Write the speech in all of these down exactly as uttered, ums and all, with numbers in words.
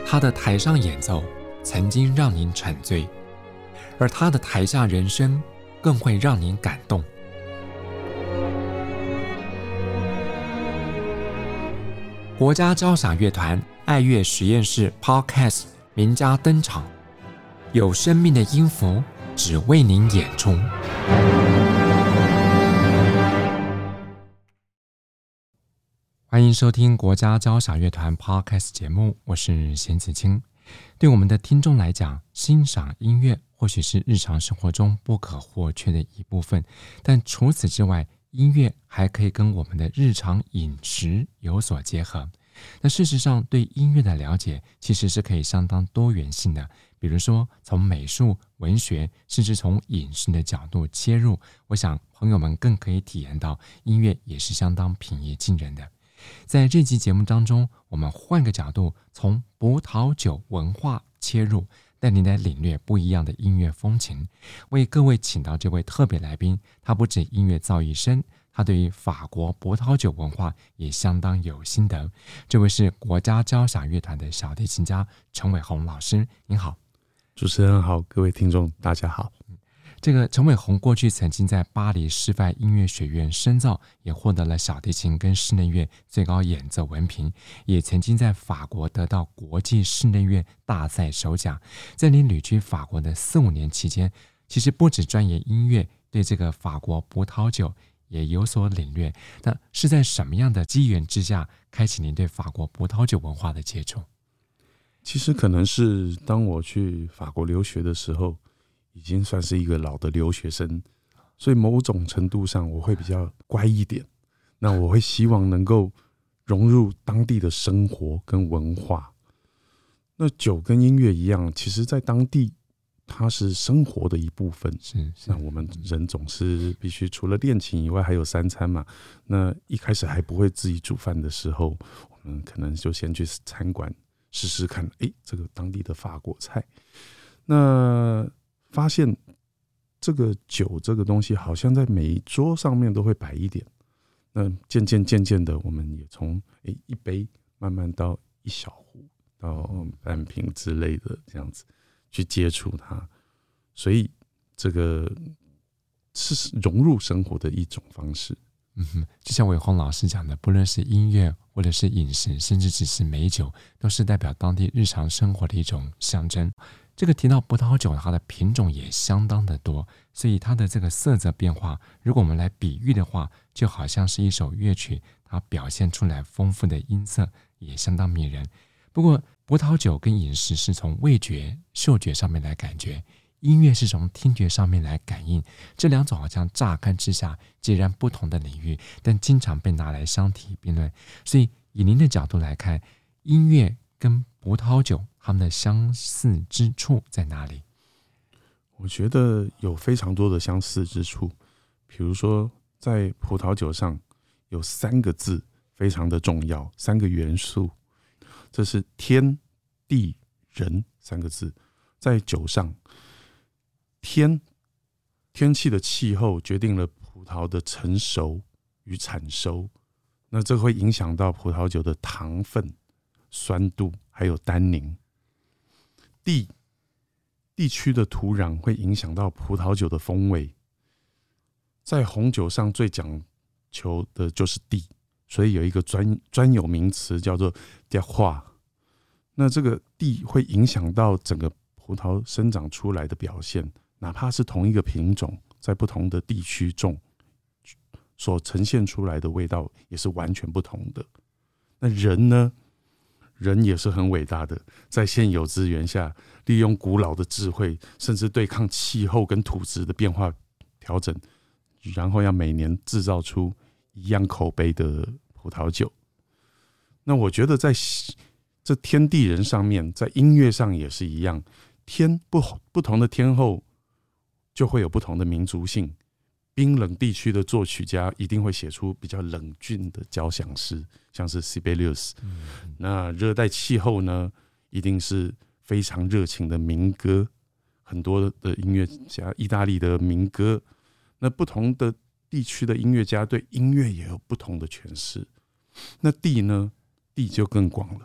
他的台上演奏曾经让您沉醉，而他的台下人生更会让您感动。国家交响乐团爱乐实验室 Podcast 名家登场，有生命的音符只为您演出。欢迎收听国家交响乐团 Podcast 节目，我是贤子清。对我们的听众来讲，欣赏音乐或许是日常生活中不可或缺的一部分，但除此之外，音乐还可以跟我们的日常饮食有所结合。那事实上，对音乐的了解其实是可以相当多元性的，比如说从美术、文学，甚至从饮食的角度切入，我想朋友们更可以体验到音乐也是相当平易近人的。在这期节目当中，我们换个角度，从葡萄酒文化切入，带您来领略不一样的音乐风情。为各位请到这位特别来宾，他不止音乐造诣深，他对于法国葡萄酒文化也相当有心得。这位是国家交响乐团的小提琴家陈伟鸿老师，您好。 主持人好，各位听众大家好。 这个陈伟鸿过去曾经在巴黎师范音乐学院深造，也获得了小提琴跟室内乐最高演奏文凭，也曾经在法国得到国际室内乐大赛首奖。在您旅居法国的四五年期间，其实不止钻研音乐，对这个法国葡萄酒也有所领略。那是在什么样的机缘之下，开启您对法国葡萄酒文化的接触？ 其实可能是当我去法国留学的时候，已经算是一个老的留学生，所以某种程度上我会比较乖一点。那我会希望能够融入当地的生活跟文化。那酒跟音乐一样，其实在当地它是生活的一部分。 是是， 那我们人总是必须除了练琴以外，还有三餐嘛。那一开始还不会自己煮饭的时候，我们可能就先去餐馆试试看，哎，这个当地的法国菜。那发现这个酒这个东西好像在每一桌上面都会摆一点，那渐渐渐渐的，我们也从一杯慢慢到一小壶到半瓶之类的这样子去接触它，所以这个是融入生活的一种方式。 嗯哼，就像伟鸿老师讲的，不论是音乐或者是饮食，甚至只是美酒，都是代表当地日常生活的一种象征。这个提到葡萄酒，它的品种也相当的多，所以它的这个色泽变化，如果我们来比喻的话，就好像是一首乐曲，它表现出来丰富的音色也相当迷人。不过葡萄酒跟饮食是从味觉、嗅觉上面来感觉，音乐是从听觉上面来感应，这两种好像乍看之下截然不同的领域，但经常被拿来相提并论。所以以您的角度来看，音乐跟葡萄酒它们的相似之处在哪里？ 我觉得有非常多的相似之处，比如说在葡萄酒上有三个字非常的重要，三个元素，这是天地人三个字。在酒上，天天气的气候决定了葡萄的成熟与产收，那这会影响到葡萄酒的糖分、酸度还有单宁。地地区的土壤会影响到葡萄酒的风味，在红酒上最讲求的就是地，所以有一个 专, 专有名词叫做 terroir。 那这个地会影响到整个葡萄生长出来的表现，哪怕是同一个品种，在不同的地区种所呈现出来的味道也是完全不同的。那人呢？人也是很伟大的，在现有资源下，利用古老的智慧，甚至对抗气候跟土质的变化调整，然后要每年制造出一样口碑的葡萄酒。那我觉得在这天地人上面，在音乐上也是一样，天 不, 不同的天候就会有不同的民族性。冰冷地区的作曲家一定会写出比较冷峻的交响诗，像是 Sibelius。嗯、那热带气候呢，一定是非常热情的民歌，很多的音乐家，意大利的民歌。那不同的地区的音乐家对音乐也有不同的诠释。那地呢，地就更广了，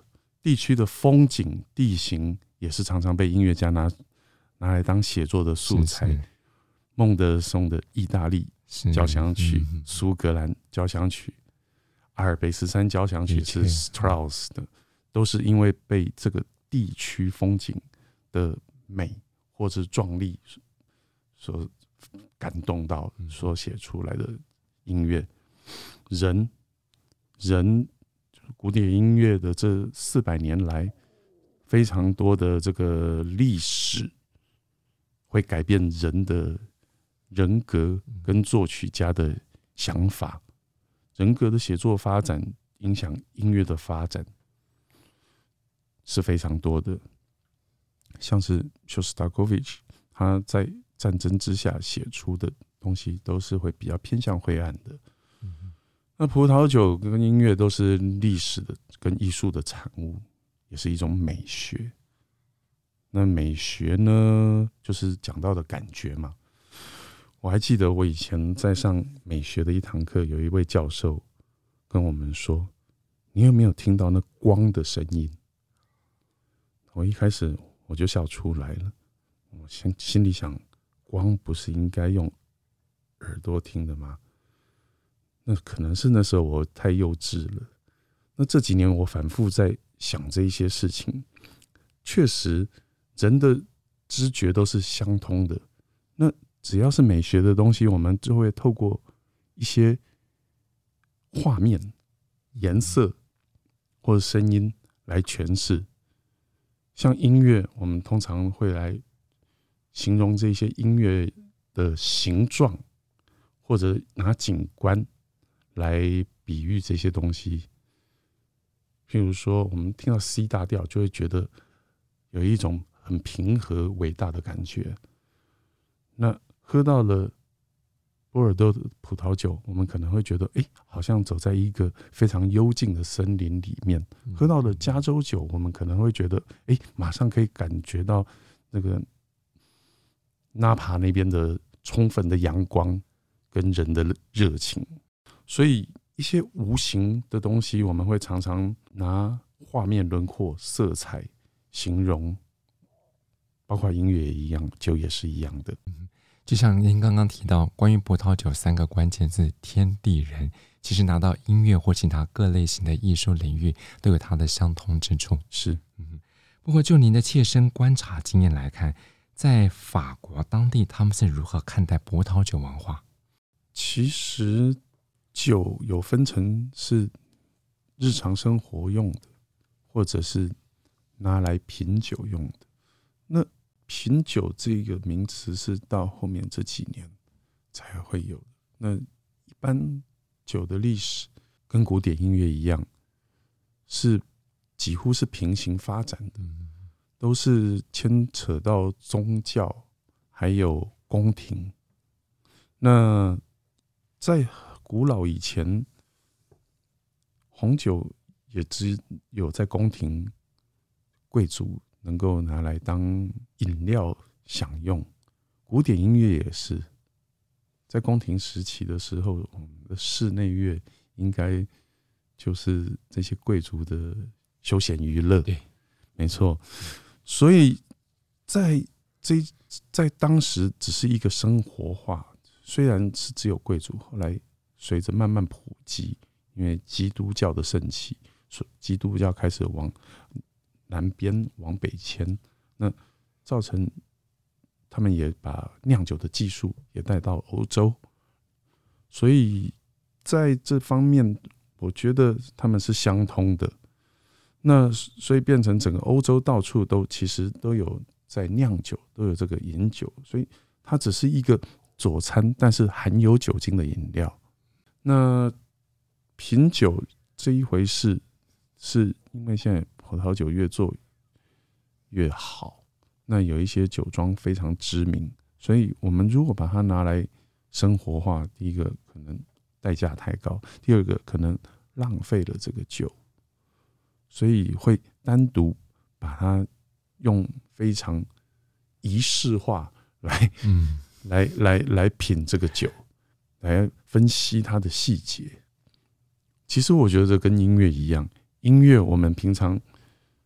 地区的风景地形也是常常被音乐家拿拿来当写作的素材。是是孟德松的意大利交响曲、嗯、苏格兰交响曲、阿尔卑斯山交响曲是 Strauss 的，都是因为被这个地区风景的美或者壮丽所感动到，所写出来的音乐。人人古典音乐的这四百年来，非常多的这个历史会改变人的人格跟作曲家的想法，人格的写作发展影响音乐的发展是非常多的。像是 Shostakovich 他在战争之下写出的东西都是会比较偏向灰暗的。那葡萄酒跟音乐都是历史的跟艺术的产物，也是一种美学。那美学呢，就是讲到的感觉嘛。我还记得我以前在上美学的一堂课，有一位教授跟我们说：“你有没有听到那光的声音？”我一开始我就笑出来了，我心心里想，光不是应该用耳朵听的吗？那可能是那时候我太幼稚了。那这几年我反复在想这一些事情，确实人的知觉都是相通的。那只要是美学的东西，我们就会透过一些画面、颜色或者声音来诠释。像音乐，我们通常会来形容这些音乐的形状，或者拿景观来比喻这些东西。譬如说，我们听到 C 大调，就会觉得有一种很平和、伟大的感觉。那喝到了波尔多的葡萄酒，我们可能会觉得，哎，好像走在一个非常幽静的森林里面。喝到了加州酒，我们可能会觉得，哎，马上可以感觉到那个纳帕那边的充分的阳光跟人的热情。所以一些无形的东西，我们会常常拿画面、轮廓、色彩形容，包括音乐也一样，酒也是一样的。 就像您刚刚提到关于葡萄酒三个关键字天地人，其实拿到音乐或其他各类型的艺术领域都有它的相通之处。 是， 嗯，不过就您的切身观察经验来看，在法国当地他们是如何看待葡萄酒文化？ 其实酒有分成是日常生活用的，或者是拿来品酒用的。那品酒这个名词是到后面这几年才会有的。那一般酒的历史跟古典音乐一样，是几乎是平行发展的，都是牵扯到宗教还有宫廷。那在古老以前，红酒也只有在宫廷贵族能够拿来当饮料享用。古典音乐也是，在宫廷时期的时候，我们的室内乐应该就是这些贵族的休闲娱乐。 对， 没错。所以在这在当时只是一个生活化，虽然是只有贵族，后来随着慢慢普及，因为基督教的盛起，基督教开始往南边往北迁，那造成他们也把酿酒的技术也带到欧洲，所以在这方面，我觉得他们是相通的。那所以变成整个欧洲到处都其实都有在酿酒，都有这个饮酒，所以它只是一个佐餐，但是含有酒精的饮料。那品酒这一回事，是因为现在葡萄酒越做越好，那有一些酒庄非常知名，所以我们如果把它拿来生活化，第一个可能代价太高，第二个可能浪费了这个酒，所以会单独把它用非常仪式化来、嗯、来来来品这个酒，来分析它的细节。其实我觉得这跟音乐一样，音乐我们平常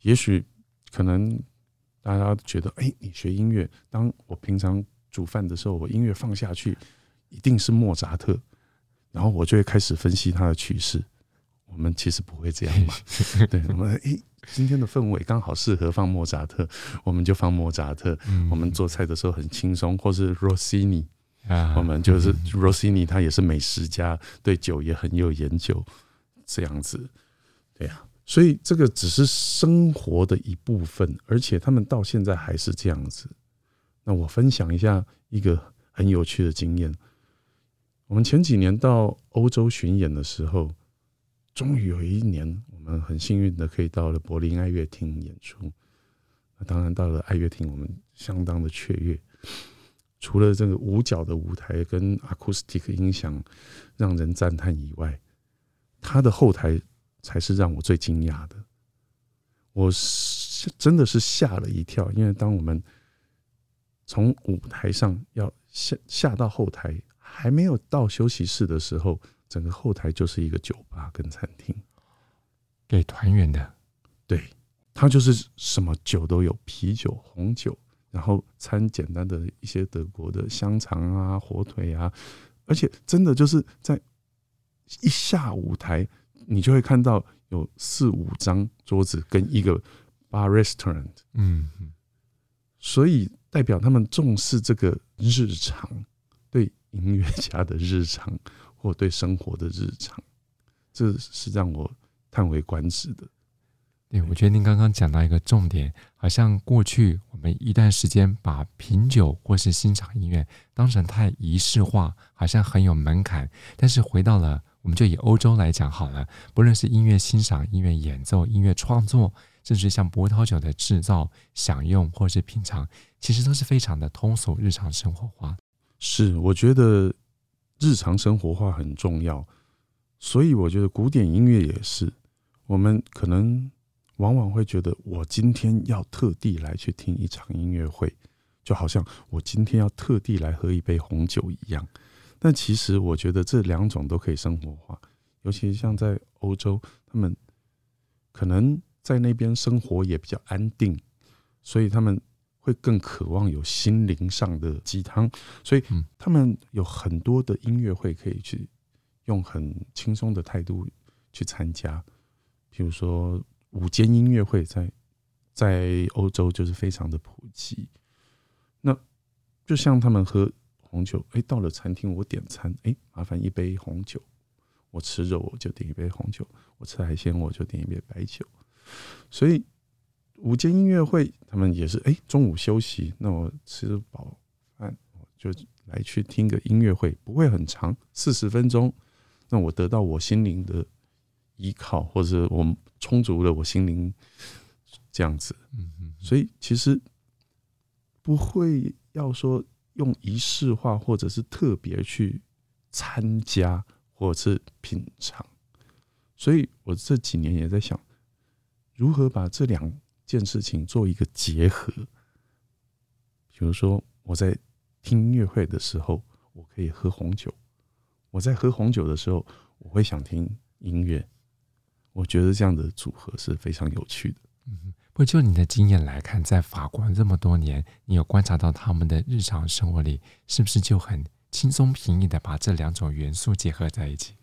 也许可能大家觉得，哎，你学音乐，当我平常煮饭的时候，我音乐放下去一定是莫扎特，然后我就会开始分析他的曲式。我们其实不会这样嘛，对，我们哎，今天的氛围刚好适合放莫扎特，我们就放莫扎特。嗯、我们做菜的时候很轻松，或是 Rossini，、啊、我们就是 Rossini， 他也是美食家，对酒也很有研究，这样子，对啊。所以这个只是生活的一部分，而且他们到现在还是这样子。那我分享一下一个很有趣的经验。我们前几年到欧洲巡演的时候，终于有一年，我们很幸运的可以到了柏林爱乐厅演出。那当然到了爱乐厅，我们相当的雀跃。除了这个五角的舞台跟 acoustic 音响让人赞叹以外，它的后台才是让我最惊讶的。我真的是吓了一跳，因为当我们从舞台上要 下, 下到后台，还没有到休息室的时候，整个后台就是一个酒吧跟餐厅， 给团员的。 对，它就是什么酒都有，啤酒、红酒，然后掺简单的一些德国的香肠啊、火腿啊，而且真的就是在一下舞台，你就会看到有四五张桌子跟一个 bar restaurant， 嗯，所以代表他们重视这个日常，对音乐家的日常。或对生活的日常，这是让我叹为观止的。 对，我觉得您刚刚讲到一个重点，好像过去我们一段时间把品酒或是欣赏音乐当成太仪式化，好像很有门槛。但是回到了，我们就以欧洲来讲好了，不论是音乐欣赏、音乐演奏、音乐创作，甚至像葡萄酒的制造、享用或是品尝，其实都是非常的通俗、日常生活化。 是，我觉得日常生活化很重要，所以我觉得古典音乐也是。我们可能往往会觉得，我今天要特地来去听一场音乐会，就好像我今天要特地来喝一杯红酒一样。但其实我觉得这两种都可以生活化，尤其像在欧洲，他们可能在那边生活也比较安定，所以他们会更渴望有心灵上的鸡汤，所以他们有很多的音乐会可以去用很轻松的态度去参加。比如说午间音乐会在在欧洲就是非常的普及。那就像他们喝红酒，哎，到了餐厅我点餐，哎，麻烦一杯红酒。我吃肉我就点一杯红酒，我吃海鲜我就点一杯白酒。所以午间音乐会他们也是，哎，中午休息，那我吃饱饭我就来去听个音乐会，不会很长，四十分钟，那我得到我心灵的依靠，或者我充足了我心灵这样子。所以其实不会要说用仪式化或者是特别去参加或者是品尝。所以我这几年也在想，如何把这两件事情做一个结合。比如说我在听音乐会的时候，我可以喝红酒，我在喝红酒的时候我会想听音乐。我觉得这样的组合是非常有趣的。 嗯，不过就你的经验来看，在法国这么多年，你有观察到他们的日常生活里，是不是就很轻松平易的把这两种元素结合在一起？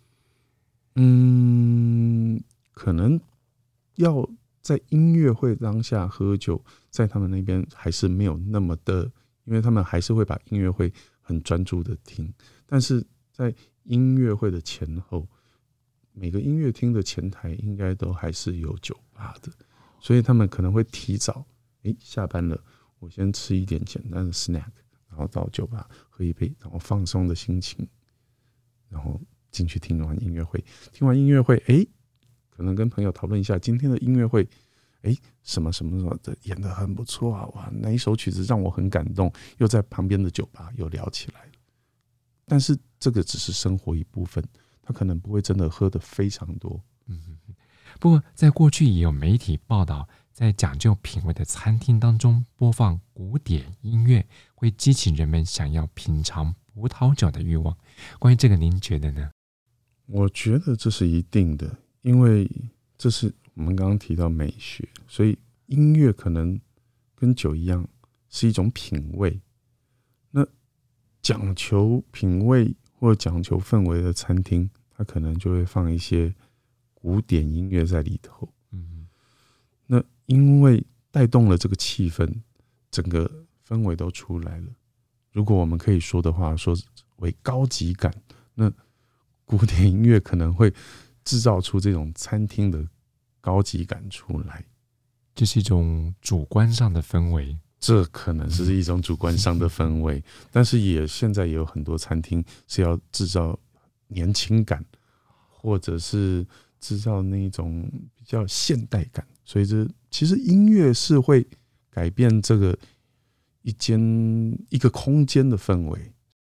嗯，可能要在音乐会当下喝酒，在他们那边还是没有那么的，因为他们还是会把音乐会很专注的听，但是在音乐会的前后，每个音乐厅的前台应该都还是有酒吧的，所以他们可能会提早，欸，下班了，我先吃一点简单的 snack， 然后到酒吧喝一杯，然后放松的心情，然后进去听完音乐会。听完音乐会，欸，可能跟朋友讨论一下今天的音乐会，欸，什么什么什么的演得很不错啊，哇，哪一首曲子让我很感动，又在旁边的酒吧又聊起来了。但是这个只是生活一部分，他可能不会真的喝得非常多。 嗯，不过在过去也有媒体报道，在讲究品味的餐厅当中播放古典音乐，会激起人们想要品尝葡萄酒的欲望。关于这个您觉得呢？ 我觉得这是一定的，因为这是我们刚刚提到美学，所以音乐可能跟酒一样是一种品味，那讲求品味或讲求氛围的餐厅，它可能就会放一些古典音乐在里头。嗯，那因为带动了这个气氛，整个氛围都出来了。如果我们可以说的话，说为高级感，那古典音乐可能会制造出这种餐厅的高级感出来。 这是一种主观上的氛围， 这可能是一种主观上的氛围，但是也现在也有很多餐厅是要制造年轻感，或者是制造那种比较现代感，所以这其实音乐是会改变这个一间一个空间的氛围。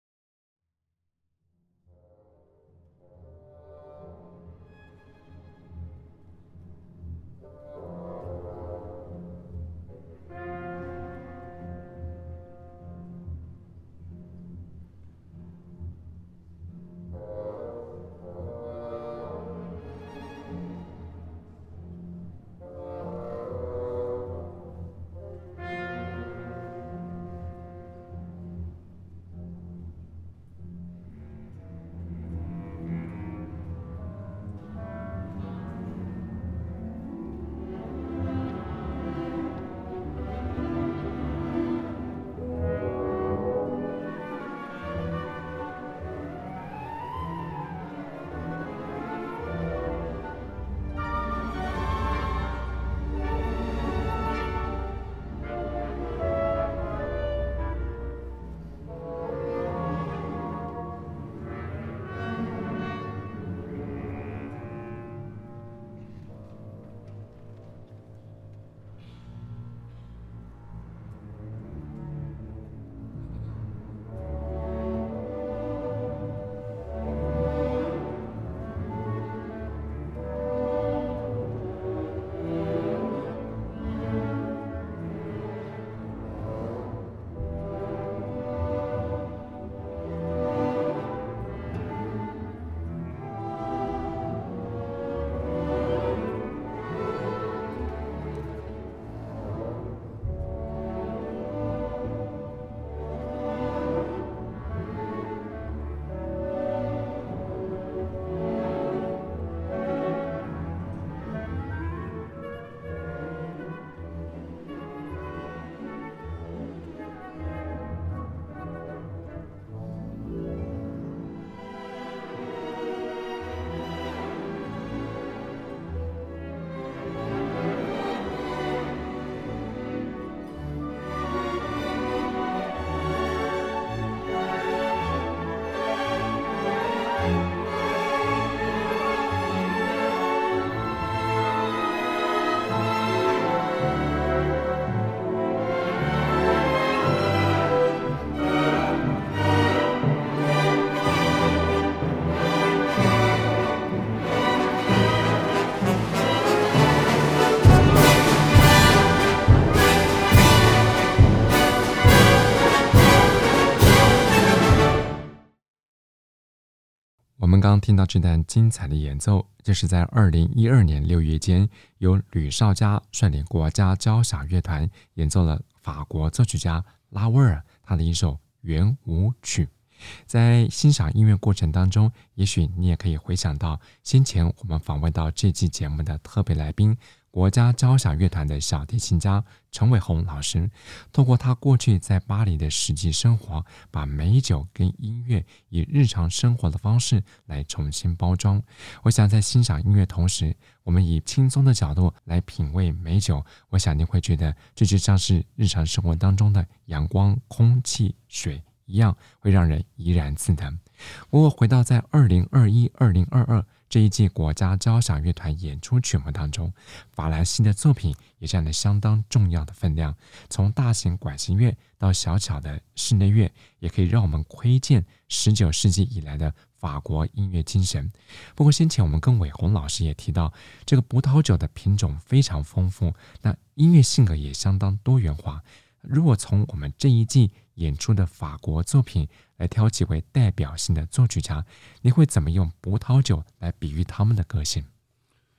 我们刚刚听到这段精彩的演奏，这是在二零一二年六月间，由吕绍嘉率领国家交响乐团演奏了法国作曲家拉威尔他的一首圆舞曲。在欣赏音乐过程当中，也许你也可以回想到先前我们访问到这期节目的特别来宾，国家交响乐团的小提琴家陈伟鸿老师，透过他过去在巴黎的实际生活，把美酒跟音乐以日常生活的方式来重新包装。我想在欣赏音乐同时，我们以轻松的角度来品味美酒，我想你会觉得这就像是日常生活当中的阳光、空气、水一样，会让人怡然自得。不过回到在二零二一、二零二二这一季国家交响乐团演出曲目当中，法兰西的作品也占了相当重要的分量。从大型管弦乐到小巧的室内乐，也可以让我们窥见十九世纪以来的法国音乐精神。不过先前我们跟伟鸿老师也提到，这个葡萄酒的品种非常丰富，那音乐性格也相当多元化。如果从我们这一季演出的法国作品来挑几位代表性的作曲家，你会怎么用葡萄酒来比喻他们的个性？ 我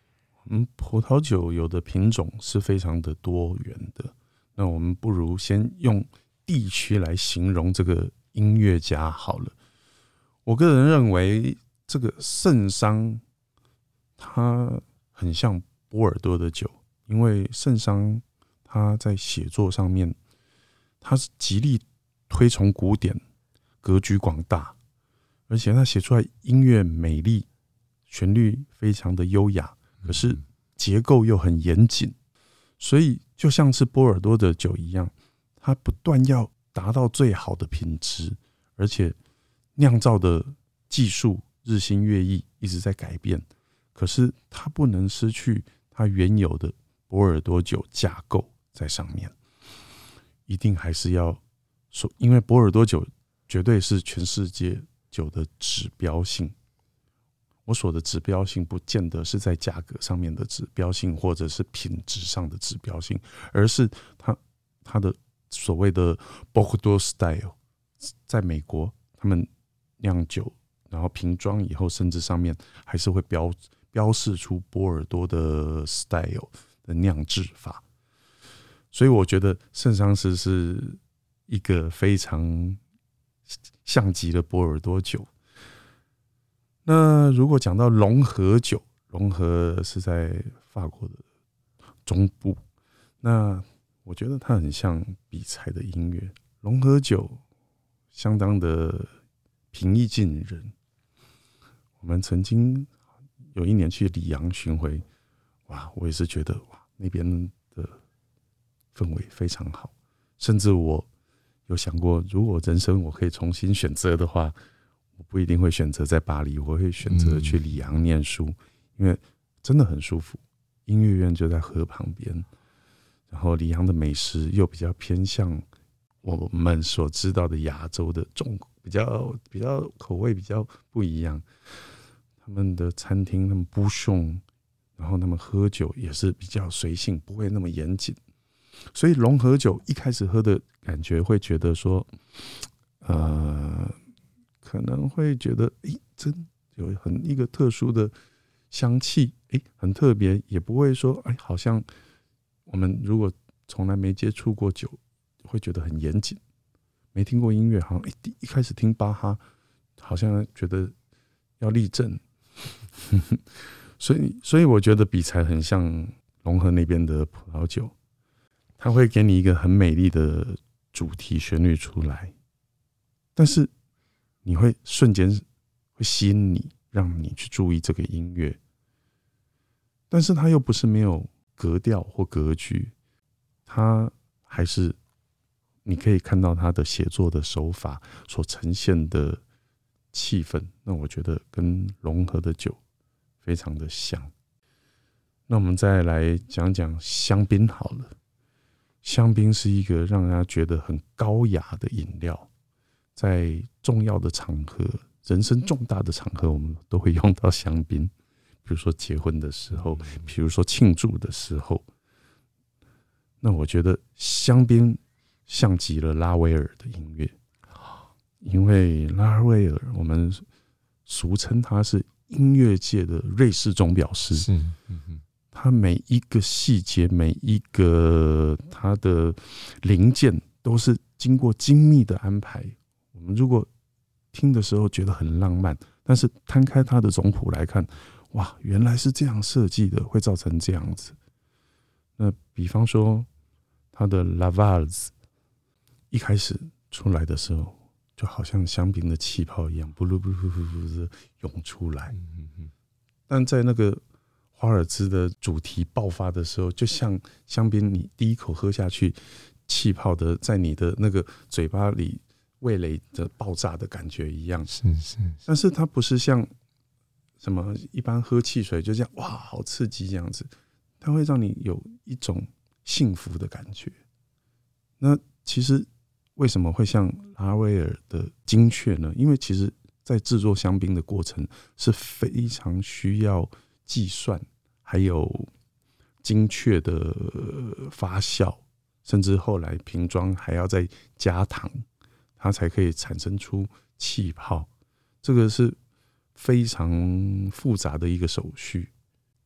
嗯，葡萄酒有的品种是非常的多元的，那我们不如先用地区来形容这个音乐家好了。我个人认为，这个圣桑它很像波尔多的酒，因为圣桑他在写作上面，他是极力推崇古典，格局广大，而且他写出来音乐美丽，旋律非常的优雅，可是结构又很严谨，所以就像是波尔多的酒一样，它不断要达到最好的品质，而且酿造的技术日新月异，一直在改变，可是它不能失去它原有的波尔多酒架构在上面，一定还是要说，因为波尔多酒绝对是全世界酒的指标性。我说的指标性不见得是在价格上面的指标性，或者是品质上的指标性，而是它它的所谓的 Bordeaux style， 在美国他们酿酒，然后瓶装以后，甚至上面还是会标标示出波尔多的 style 的酿制法。所以我觉得圣桑斯是一个非常像极了波尔多酒。那如果讲到隆河酒，隆河是在法国的中部，那我觉得它很像比才的音乐。隆河酒相当的平易近人。我们曾经有一年去里昂巡回，哇，我也是觉得哇，那边的氛围非常好。甚至我有想过，如果人生我可以重新选择的话，我不一定会选择在巴黎，我会选择去里昂念书，因为真的很舒服。音乐院就在河旁边，然后里昂的美食又比较偏向我们所知道的亚洲的重，比较比较口味比较不一样。他们的餐厅，他们不凶，然后他们喝酒也是比较随性，不会那么严谨。所以隆河酒一开始喝的感觉会觉得说，呃。可能会觉得，哎，真有很一个特殊的香气，哎，很特别，也不会说，哎，好像我们如果从来没接触过酒，会觉得很严谨。没听过音乐，好像一一开始听巴哈，好像觉得要立正，所以，所以我觉得比才很像隆河那边的葡萄酒，它会给你一个很美丽的主题旋律出来，但是你会瞬间会吸引你，让你去注意这个音乐，但是它又不是没有格调或格局，它还是你可以看到它的写作的手法所呈现的气氛，那我觉得跟隆河的酒非常的像。那我们再来讲讲香槟好了。香槟是一个让人家觉得很高雅的饮料，在重要的场合，人生重大的场合，我们都会用到香槟，比如说结婚的时候，比如说庆祝的时候。那我觉得香槟像极了拉威尔的音乐，因为拉威尔我们俗称他是音乐界的瑞士钟表师，是，嗯哼，他每一个细节，每一个他的零件都是经过精密的安排。我们如果听的时候觉得很浪漫，但是摊开他的总谱来看，哇，原来是这样设计的，会造成这样子。那比方说他的 Laval 一开始出来的时候，就好像香槟的气泡一样，布噜布噜布噜的涌出来。但在那个华尔兹的主题爆发的时候，就像香槟你第一口喝下去，气泡的在你的那个嘴巴里味蕾的爆炸的感觉一样。是是是，但是它不是像什么一般喝汽水就这样哇好刺激这样子，它会让你有一种幸福的感觉。那其实为什么会像拉威尔的精确呢？因为其实在制作香槟的过程是非常需要计算，还有精确的发酵，甚至后来瓶装还要再加糖，它才可以产生出气泡。这个是非常复杂的一个手续。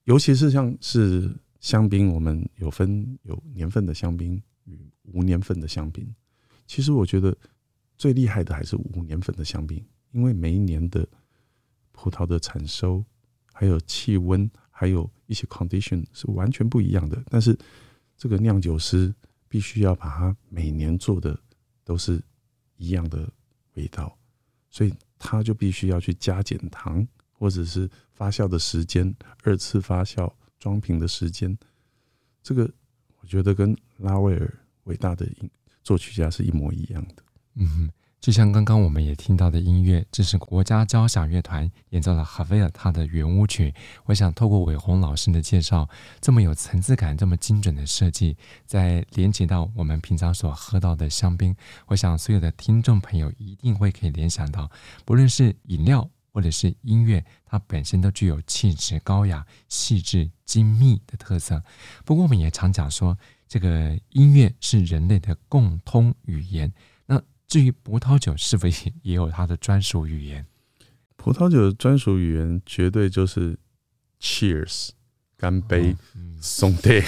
尤其是像是香槟，我们有分有年份的香槟与无年份的香槟。其实我觉得最厉害的还是无年份的香槟，因为每一年的葡萄的产收，还有气温，还有一些 condition 是完全不一样的。但是这个酿酒师必须要把它每年做的都是一样的味道，所以他就必须要去加减糖，或者是发酵的时间，二次发酵装瓶的时间。这个我觉得跟拉威尔伟大的作曲家是一模一样的。 嗯，就像刚刚我们也听到的音乐，这是国家交响乐团演奏了哈维尔他的圆舞曲。我想透过伟鸿老师的介绍，这么有层次感，这么精准的设计，再连接到我们平常所喝到的香槟，我想所有的听众朋友一定会可以联想到，不论是饮料或者是音乐，它本身都具有气质高雅、细致、精密的特色。不过我们也常讲说，这个音乐是人类的共通语言。那至于葡萄酒是否也有它的专属语言？ 葡萄酒的专属语言绝对就是 Cheers， 干杯，松对。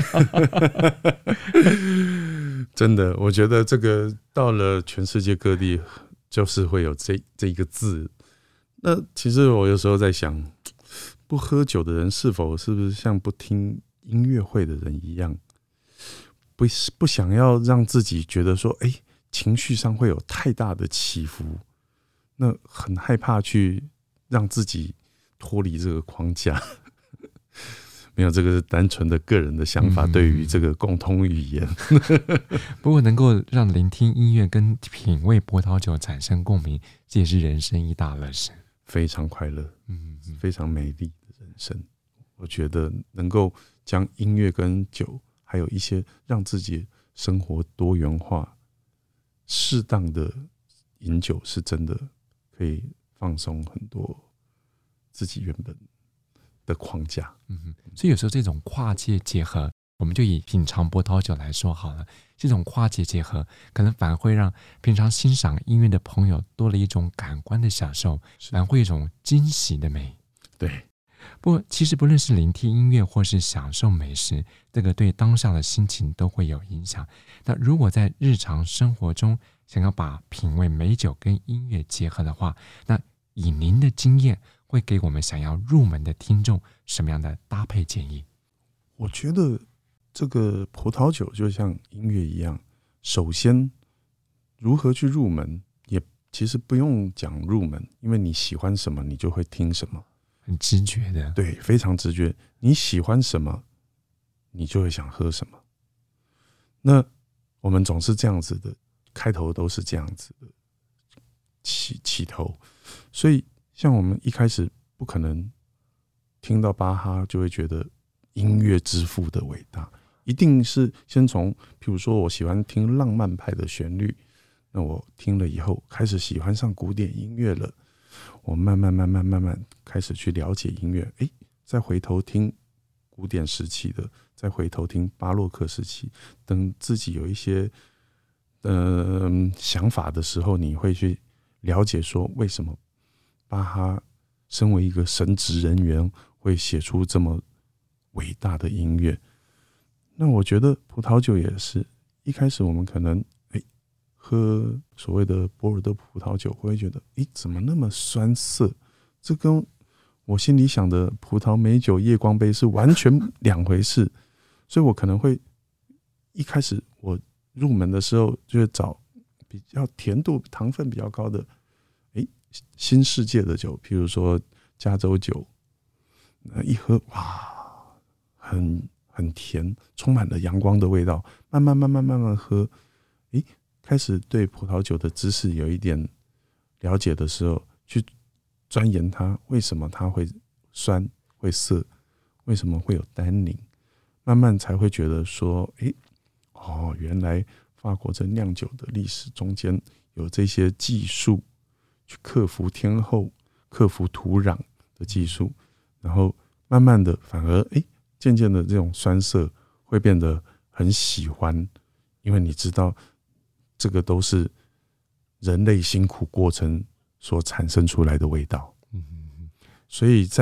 真的，我觉得这个到了全世界各地，就是会有这这一个字。那其实我有时候在想，不喝酒的人是否是不是像不听音乐会的人一样，不不想要让自己觉得说，哎、欸，情绪上会有太大的起伏，那很害怕去让自己脱离这个框架。没有，这个是单纯的个人的想法，对于这个共通语言。 不过能够让聆听音乐跟品味葡萄酒产生共鸣，这也是人生一大乐事， 非常快乐， 嗯， 非常美丽的人生。我觉得能够将音乐跟酒，还有一些让自己生活多元化、适当的饮酒，是真的可以放松很多自己原本的框架。 嗯，所以有时候这种跨界结合，我们就以品尝葡萄酒来说好了，这种跨界结合可能反而会让平常欣赏音乐的朋友多了一种感官的享受，反而会有一种惊喜的美。 对， 不过其实不论是聆听音乐或是享受美食，这个对当下的心情都会有影响。那如果在日常生活中想要把品味美酒跟音乐结合的话，那以您的经验会给我们想要入门的听众什么样的搭配建议？ 我觉得这个葡萄酒就像音乐一样，首先如何去入门，也其实不用讲入门，因为你喜欢什么你就会听什么， 很直觉的。 对，非常直觉，你喜欢什么你就会想喝什么。那我们总是这样子的，开头都是这样子的 起, 起头，所以像我们一开始不可能听到巴哈就会觉得音乐之父的伟大，一定是先从譬如说我喜欢听浪漫派的旋律，那我听了以后开始喜欢上古典音乐了，我慢慢慢慢慢慢开始去了解音乐，哎，再回头听古典时期的，再回头听巴洛克时期，等自己有一些呃想法的时候，你会去了解说为什么巴哈身为一个神职人员会写出这么伟大的音乐。那我觉得葡萄酒也是，一开始我们可能哎喝所谓的波尔多葡萄酒，会觉得哎怎么那么酸涩，这跟我心里想的葡萄美酒夜光杯是完全两回事。所以我可能会一开始我入门的时候就会找比较甜度糖分比较高的哎新世界的酒，譬如说加州酒，那一喝哇很很甜，充满了阳光的味道，慢慢慢慢慢慢喝，诶，开始对葡萄酒的知识有一点了解的时候，去钻研它为什么它会酸会涩，为什么会有单宁，慢慢才会觉得说，诶，哦，原来法国这酿酒的历史中间有这些技术，去克服天候、克服土壤的技术，然后慢慢的反而诶渐渐的这种酸涩会变得很喜欢，因为你知道这个都是人类辛苦过程所产生出来的味道。所以在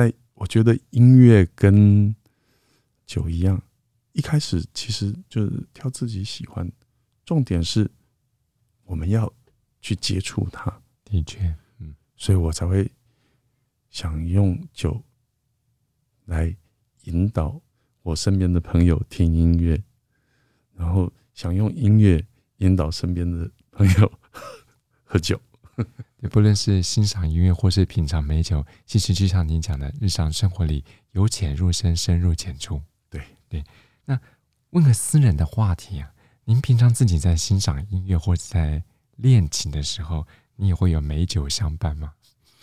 我觉得音乐跟酒一样，一开始其实就是挑自己喜欢，重点是我们要去接触它。 的确，嗯， 所以我才会想用酒来引导我身边的朋友听音乐，然后想用音乐引导身边的朋友喝酒。 对，不论是欣赏音乐或是品尝美酒，其实就像您讲的，日常生活里由浅入深，深入浅出。 对对。那问个私人的话题啊，您平常自己在欣赏音乐或者在练琴的时候，你也会有美酒相伴吗？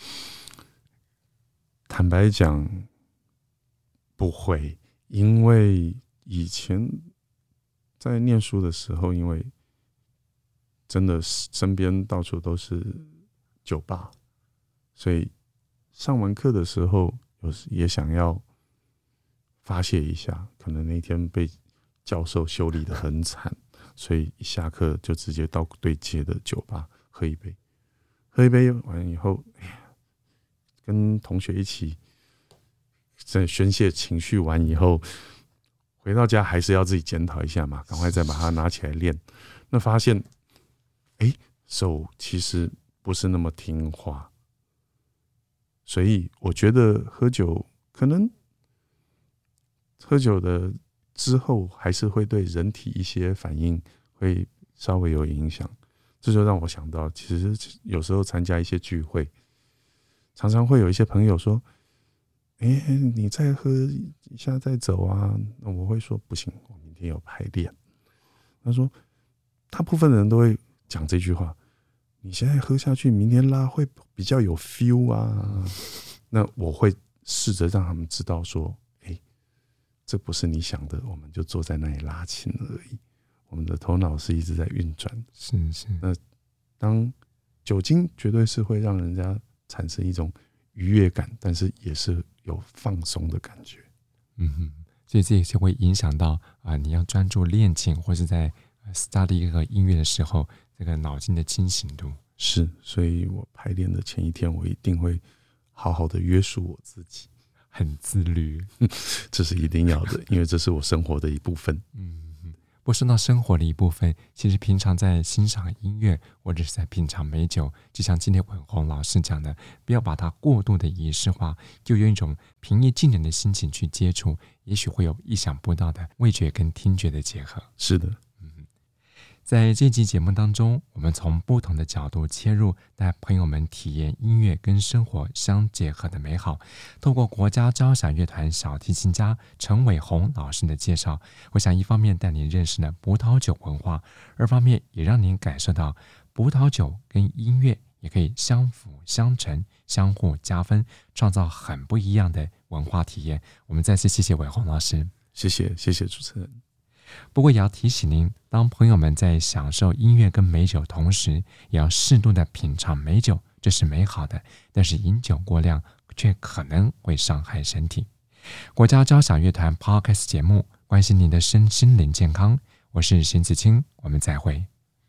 坦白讲，不会，因为以前在念书的时候，因为真的身边到处都是酒吧，所以上完课的时候，有时也想要发泄一下。可能那天被教授修理得很惨，所以一下课就直接到对街的酒吧喝一杯。喝一杯完以后，跟同学一起在宣泄情绪完以后，回到家还是要自己检讨一下嘛，赶快再把它拿起来练。那发现，哎，手其实不是那么听话，所以我觉得喝酒可能喝酒的之后还是会对人体一些反应会稍微有影响。这就让我想到，其实有时候参加一些聚会，常常会有一些朋友说：“哎，你再喝一下再走啊。”那我会说：“不行，我明天有排练。”他说：“大部分人都会讲这句话，你现在喝下去，明天拉会比较有 feel 啊。”那我会试着让他们知道说：“哎，这不是你想的，我们就坐在那里拉琴而已。我们的头脑是一直在运转。” 是是。 那当酒精绝对是会让人家产生一种愉悦感，但是也是有放松的感觉。 嗯哼，所以这也是会影响到啊、呃，你要专注练琴或是在 study 一个音乐的时候，这个脑筋的清醒度。 是，所以我排练的前一天，我一定会好好的约束我自己， 很自律， 这是一定要的，因为这是我生活的一部分。 嗯。不过说到生活的一部分，其实平常在欣赏音乐或者是在品尝美酒，就像今天文宏老师讲的，不要把它过度的仪式化，就用一种平易近人的心情去接触，也许会有意想不到的味觉跟听觉的结合。 是的。 在这期节目当中，我们从不同的角度切入，带朋友们体验音乐跟生活相结合的美好。透过国家交响乐团小提琴家陈伟鸿老师的介绍，我想一方面带您认识了葡萄酒文化，二方面也让您感受到葡萄酒跟音乐也可以相辅相成，相互加分，创造很不一样的文化体验。我们再次谢谢伟鸿老师。 谢谢，谢谢主持人。 不过也要提醒您，当朋友们在享受音乐跟美酒同时，也要适度的品尝美酒，这是美好的，但是饮酒过量却可能会伤害身体。国家交响乐团 Podcast 节目，关心您的身心灵健康，我是邢子清，我们再会。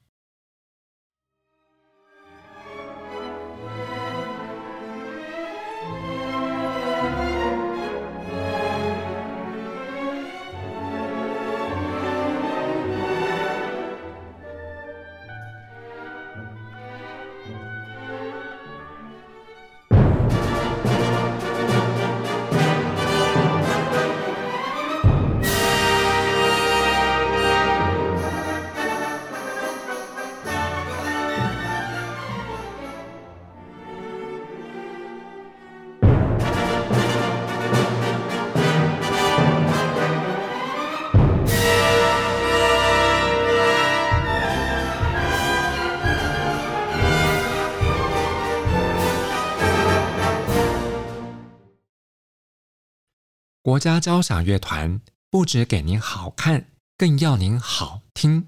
国家交响乐团不只给您好看，更要您好听。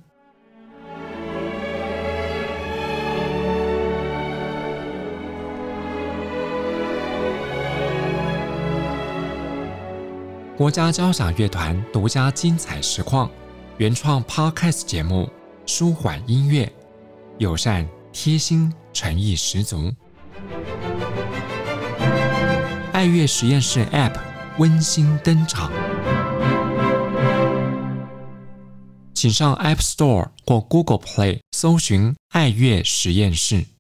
国家交响乐团独家精彩实况，原创 Podcast 节目，舒缓音乐，友善贴心，诚意十足。 爱乐实验室 App 温馨登场。请上 App Store 或 Google Play 搜寻爱乐实验室。